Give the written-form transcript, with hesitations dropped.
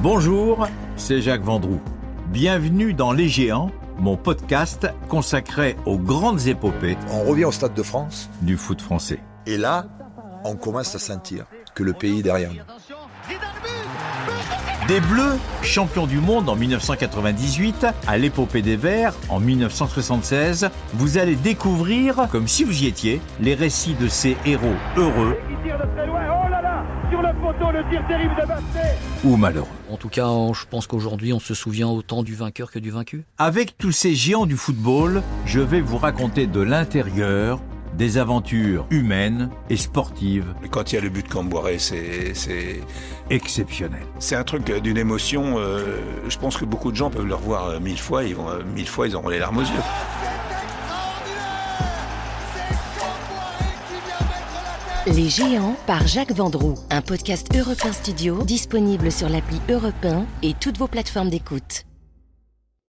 Bonjour, c'est Jacques Vendroux. Bienvenue dans Les Géants, mon podcast consacré aux grandes épopées. On revient au Stade de France du foot français. Et là, on commence à sentir que le pays est derrière nous. Des Bleus, champions du monde en 1998, à l'épopée des Verts en 1976, vous allez découvrir, comme si vous y étiez, les récits de ces héros heureux ou malheureux. En tout cas, je pense qu'aujourd'hui, on se souvient autant du vainqueur que du vaincu. Avec tous ces géants du football, je vais vous raconter de l'intérieur des aventures humaines et sportives. Quand il y a le but de Camboiré, c'est exceptionnel. C'est un truc d'une émotion. Je pense que beaucoup de gens peuvent le revoir 1000 fois. Ils auront les larmes aux yeux. Les Géants par Jacques Vendroux, un podcast Europe 1 Studio disponible sur l'appli Europe 1 et toutes vos plateformes d'écoute.